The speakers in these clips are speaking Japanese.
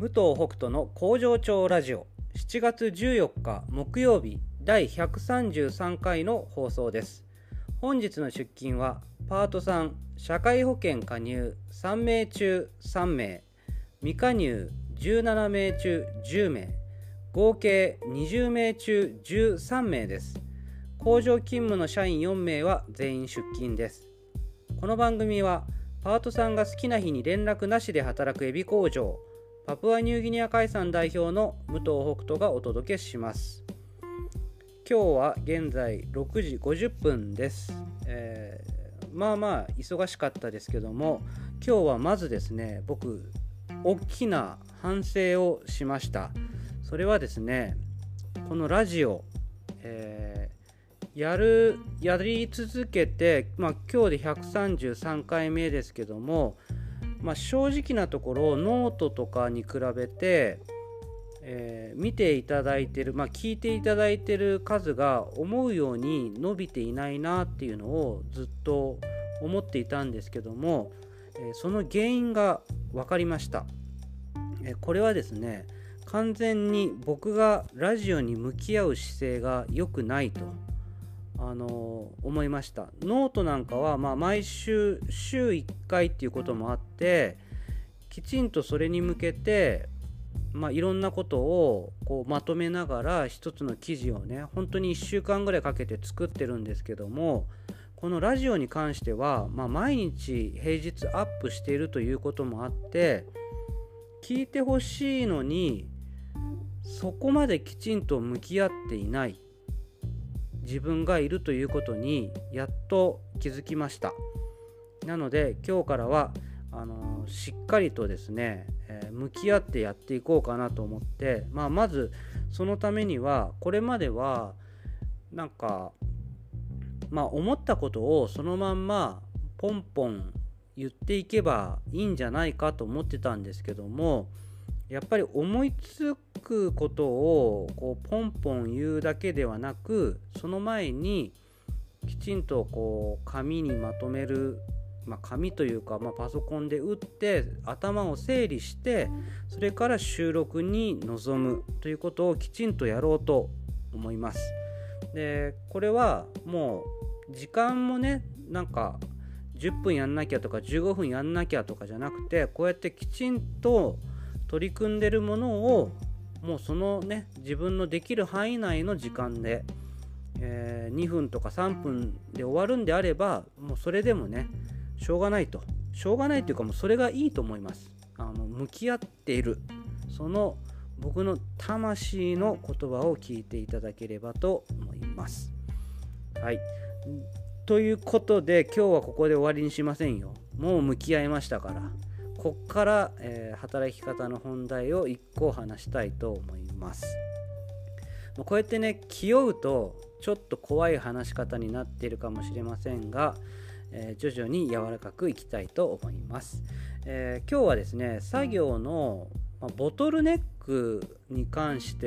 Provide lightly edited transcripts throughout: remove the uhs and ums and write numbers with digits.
武藤北斗の工場長ラジオ7月14日木曜日第133回の放送です。本日の出勤はパート3社会保険加入3名中3名、未加入17名中10名、合計20名中13名です。工場勤務の社員4名は全員出勤です。この番組はパートさんが好きな日に連絡なしで働くエビ工場パプアニューギニア海産代表の武藤北斗がお届けします。今日は現在6時50分です。まあ忙しかったですけども、今日はまずですね、僕大きな反省をしました。それはですね、このラジオ、やり続けて、今日で133回目ですけども、正直なところノートとかに比べて、見ていただいている、聞いていただいている数が思うように伸びていないなっていうのをずっと思っていたんですけども、その原因が分かりました。これはですね、完全に僕がラジオに向き合う姿勢が良くないと思いました。ノートなんかは毎週1回っていうこともあって、きちんとそれに向けていろんなことをこうまとめながら一つの記事をね、本当に1週間ぐらいかけて作ってるんですけども、このラジオに関しては、毎日平日アップしているということもあって、聞いてほしいのにそこまできちんと向き合っていない自分がいるということにやっと気づきました。なので今日からはしっかりとですね、向き合ってやっていこうかなと思って、まずそのためには、これまでは思ったことをそのまんまポンポン言っていけばいいんじゃないかと思ってたんですけども、やっぱり思いつくことをこうポンポン言うだけではなく、その前にきちんとこう紙にまとめる、紙というか、パソコンで打って頭を整理して、それから収録に臨むということをきちんとやろうと思います。でこれはもう時間もね、10分やんなきゃとか15分やんなきゃとかじゃなくて、こうやってきちんと取り組んでるものをもうそのね、自分のできる範囲内の時間で、2分とか3分で終わるんであれば、もうそれでもね、しょうがないというか、もうそれがいいと思います。向き合っている、その僕の魂の言葉を聞いていただければと思います。はい、ということで今日はここで終わりにしませんよ。もう向き合いましたから、こっから、働き方の本題を1個話したいと思います。こうやってね、気負うとちょっと怖い話し方になっているかもしれませんが、徐々に柔らかくいきたいと思います。今日はですね、作業の、ボトルネックに関して、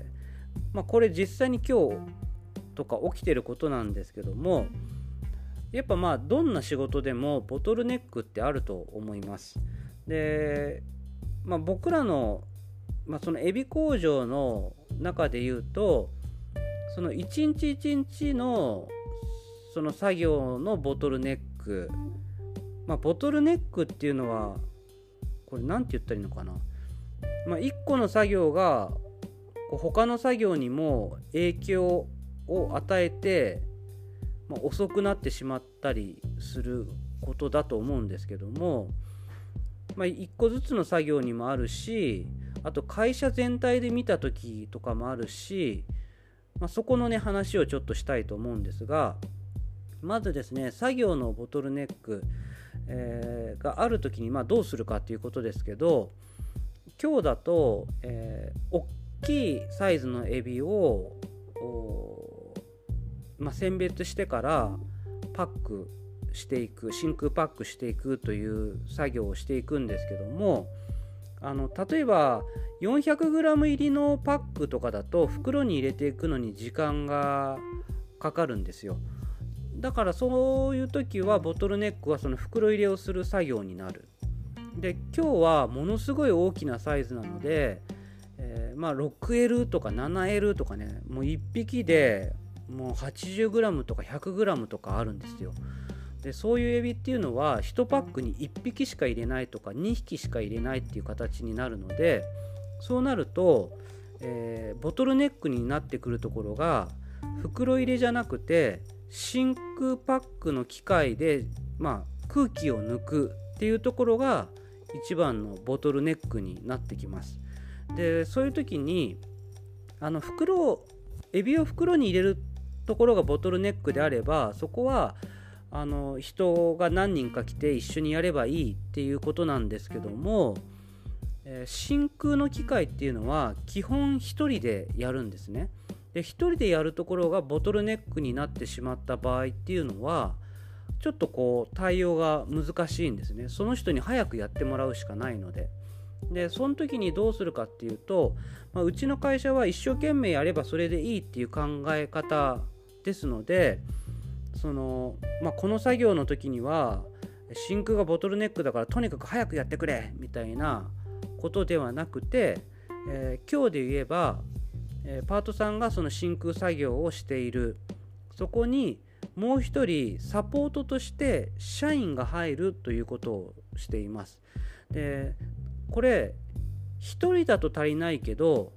これ実際に今日とか起きてることなんですけども、やっぱどんな仕事でもボトルネックってあると思います。で、僕らの、そのエビ工場の中で言うと、その一日一日のその作業のボトルネック、ボトルネックっていうのはこれなんて言ったらいいのかな、一個の作業が他の作業にも影響を与えて、遅くなってしまったりすることだと思うんですけども、一個ずつの作業にもあるし、あと会社全体で見た時とかもあるし、そこのね話をちょっとしたいと思うんですが、まずですね、作業のボトルネック、がある時にどうするかっていうことですけど、今日だと、大きいサイズのエビを選別してからパックしていく、真空パックしていくという作業をしていくんですけども、例えば 400g 入りのパックとかだと袋に入れていくのに時間がかかるんですよ。だからそういう時はボトルネックはその袋入れをする作業になる。 で今日はものすごい大きなサイズなので、6L とか 7L とかね、もう1匹でもう 80g とか 100g とかあるんですよ。でそういうエビっていうのは1パックに1匹しか入れないとか2匹しか入れないっていう形になるので、そうなると、ボトルネックになってくるところが袋入れじゃなくて真空パックの機械で、空気を抜くっていうところが一番のボトルネックになってきます。でそういう時にエビを袋に入れるところがボトルネックであれば、そこは人が何人か来て一緒にやればいいっていうことなんですけども、真空の機械っていうのは基本一人でやるんですね。で一人でやるところがボトルネックになってしまった場合っていうのはちょっと対応が難しいんですね。その人に早くやってもらうしかないので。でその時にどうするかっていうと、うちの会社は一生懸命やればそれでいいっていう考え方ですので、この作業の時には真空がボトルネックだからとにかく早くやってくれみたいなことではなくて、今日で言えば、パートさんがその真空作業をしている、そこにもう一人サポートとして社員が入るということをしています。でこれ1人だと足りないけど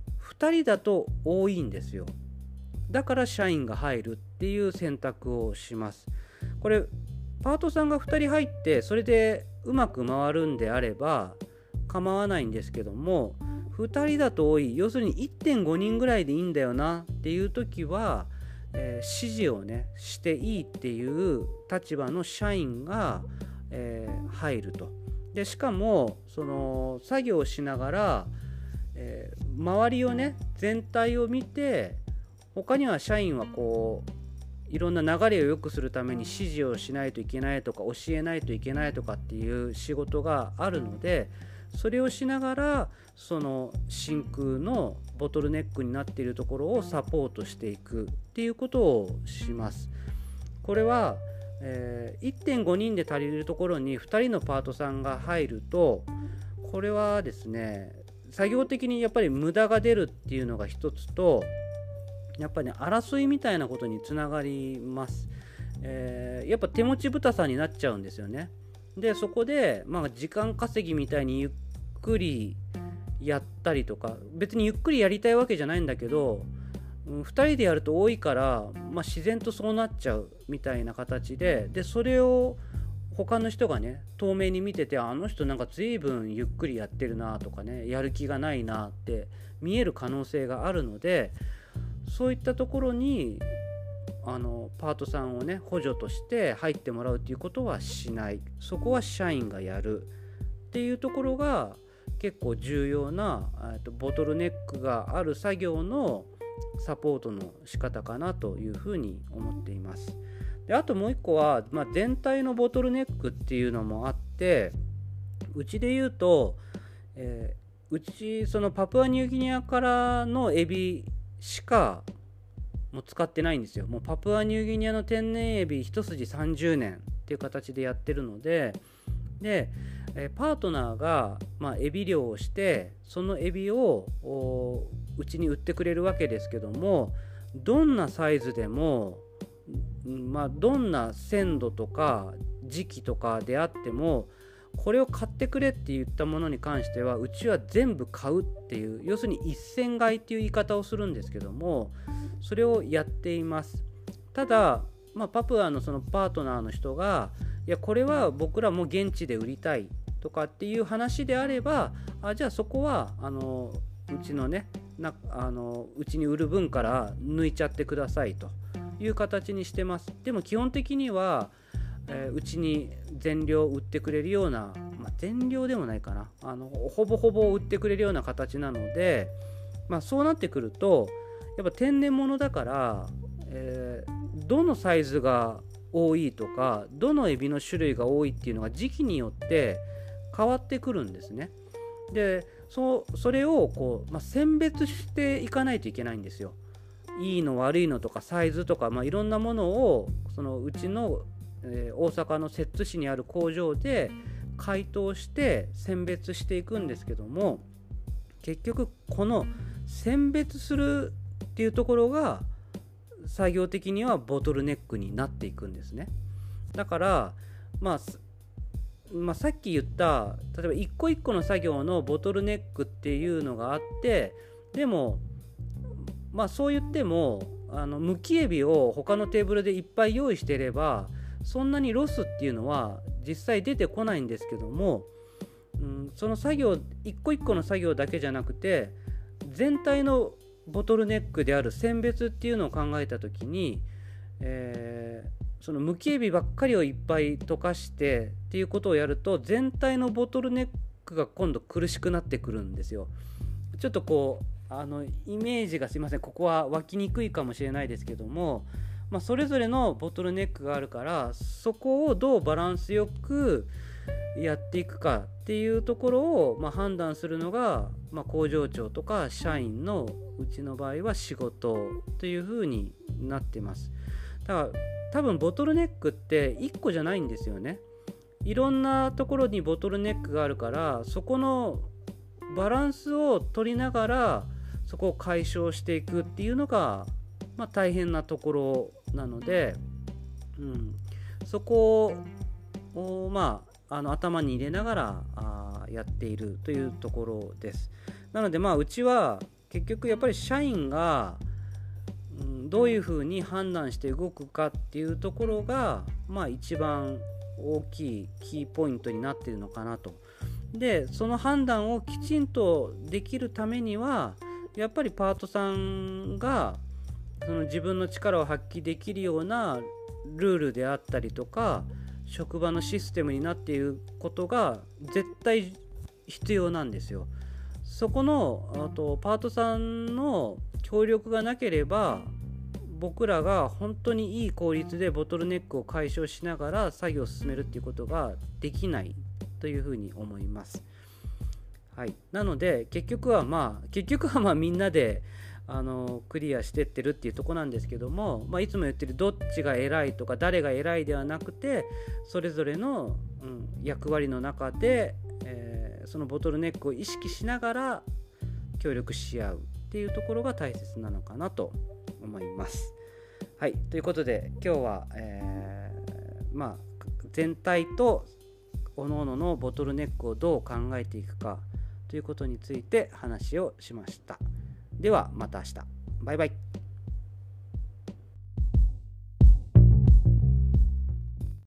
2人だと多いんですよ。だから社員が入るっていう選択をします。これパートさんが2人入ってそれでうまく回るんであれば構わないんですけども、2人だと多い、要するに 1.5 人ぐらいでいいんだよなっていう時は、指示をねしていいっていう立場の社員が、入ると。でしかもその作業をしながら、周りをね全体を見て、他には社員はいろんな流れを良くするために指示をしないといけないとか教えないといけないとかっていう仕事があるので、それをしながらその真空のボトルネックになっているところをサポートしていくっていうことをします。これは、1.5 人で足りるところに2人のパートさんが入ると、これはですね作業的にやっぱり無駄が出るっていうのが一つと、やっぱりね争いみたいなことにつながります。やっぱ手持ち豚さんになっちゃうんですよね。でそこで、時間稼ぎみたいにゆっくりやったりとか、別にゆっくりやりたいわけじゃないんだけど、2人でやると多いから、自然とそうなっちゃうみたいな形で、それを他の人がね遠目に見てて、あの人なんか随分ゆっくりやってるなとかね、やる気がないなって見える可能性があるので、そういったところにパートさんをね補助として入ってもらうっていうことはしない。そこは社員がやるっていうところが結構重要なボトルネックがある作業のサポートの仕方かなというふうに思っています。であともう一個は、全体のボトルネックっていうのもあって、うちで言うと、うちそのパプアニューギニアからのエビしかもう使ってないんですよ。もうパプアニューギニアの天然エビ一筋30年っていう形でやってるので、パートナーが、エビ漁をして、そのエビをうちに売ってくれるわけですけども、どんなサイズでも、どんな鮮度とか時期とかであっても、これを買ってくれって言ったものに関してはうちは全部買うっていう、要するに一銭買いっていう言い方をするんですけども、それをやっています。ただ、パプアのそのパートナーの人が、いやこれは僕らも現地で売りたいとかっていう話であれば、じゃあそこはうちのねうちに売る分から抜いちゃってくださいという形にしてます。でも基本的には、うちに全量売ってくれるような、全量でもないかな、ほぼほぼ売ってくれるような形なので、そうなってくるとやっぱ天然物だから、どのサイズが多いとかどのエビの種類が多いっていうのが時期によって変わってくるんですね。でそれを選別していかないといけないんですよ。いいの悪いのとかサイズとか、いろんなものをそのうちの、大阪の摂津市にある工場で解凍して選別していくんですけども、結局この選別するっていうところが作業的にはボトルネックになっていくんですね。だからさっき言った例えば一個一個の作業のボトルネックっていうのがあって、でもそう言ってもむきエビを他のテーブルでいっぱい用意していればそんなにロスっていうのは実際出てこないんですけども、その作業一個一個の作業だけじゃなくて全体のボトルネックである選別っていうのを考えた時に、そのむきエビばっかりをいっぱい溶かしてっていうことをやると全体のボトルネックが今度苦しくなってくるんですよ。ちょっとこうイメージがすいません、ここは湧きにくいかもしれないですけども、それぞれのボトルネックがあるからそこをどうバランスよくやっていくかっていうところを判断するのが、工場長とか社員のうちの場合は仕事というふうになっています。だから多分ボトルネックって1個じゃないんですよね。いろんなところにボトルネックがあるからそこのバランスを取りながらそこを解消していくっていうのが、大変なところなので、そこを頭に入れながらやっているというところです。なのでうちは結局やっぱり社員がどういうふうに判断して動くかっていうところが一番大きいキーポイントになっているのかなと。でその判断をきちんとできるためにはやっぱりパートさんがその自分の力を発揮できるようなルールであったりとか職場のシステムになっていることが絶対必要なんですよ。そこのパートさんの協力がなければ僕らが本当にいい効率でボトルネックを解消しながら作業を進めるっていうことができないというふうに思います。はい、なので結局はみんなでクリアしてってるっていうとこなんですけども、いつも言ってるどっちが偉いとか誰が偉いではなくてそれぞれの、役割の中で、そのボトルネックを意識しながら協力し合うっていうところが大切なのかなと思います。はい、ということで今日は、全体と各々のボトルネックをどう考えていくかということについて話をしました。ではまた明日。バイバイ。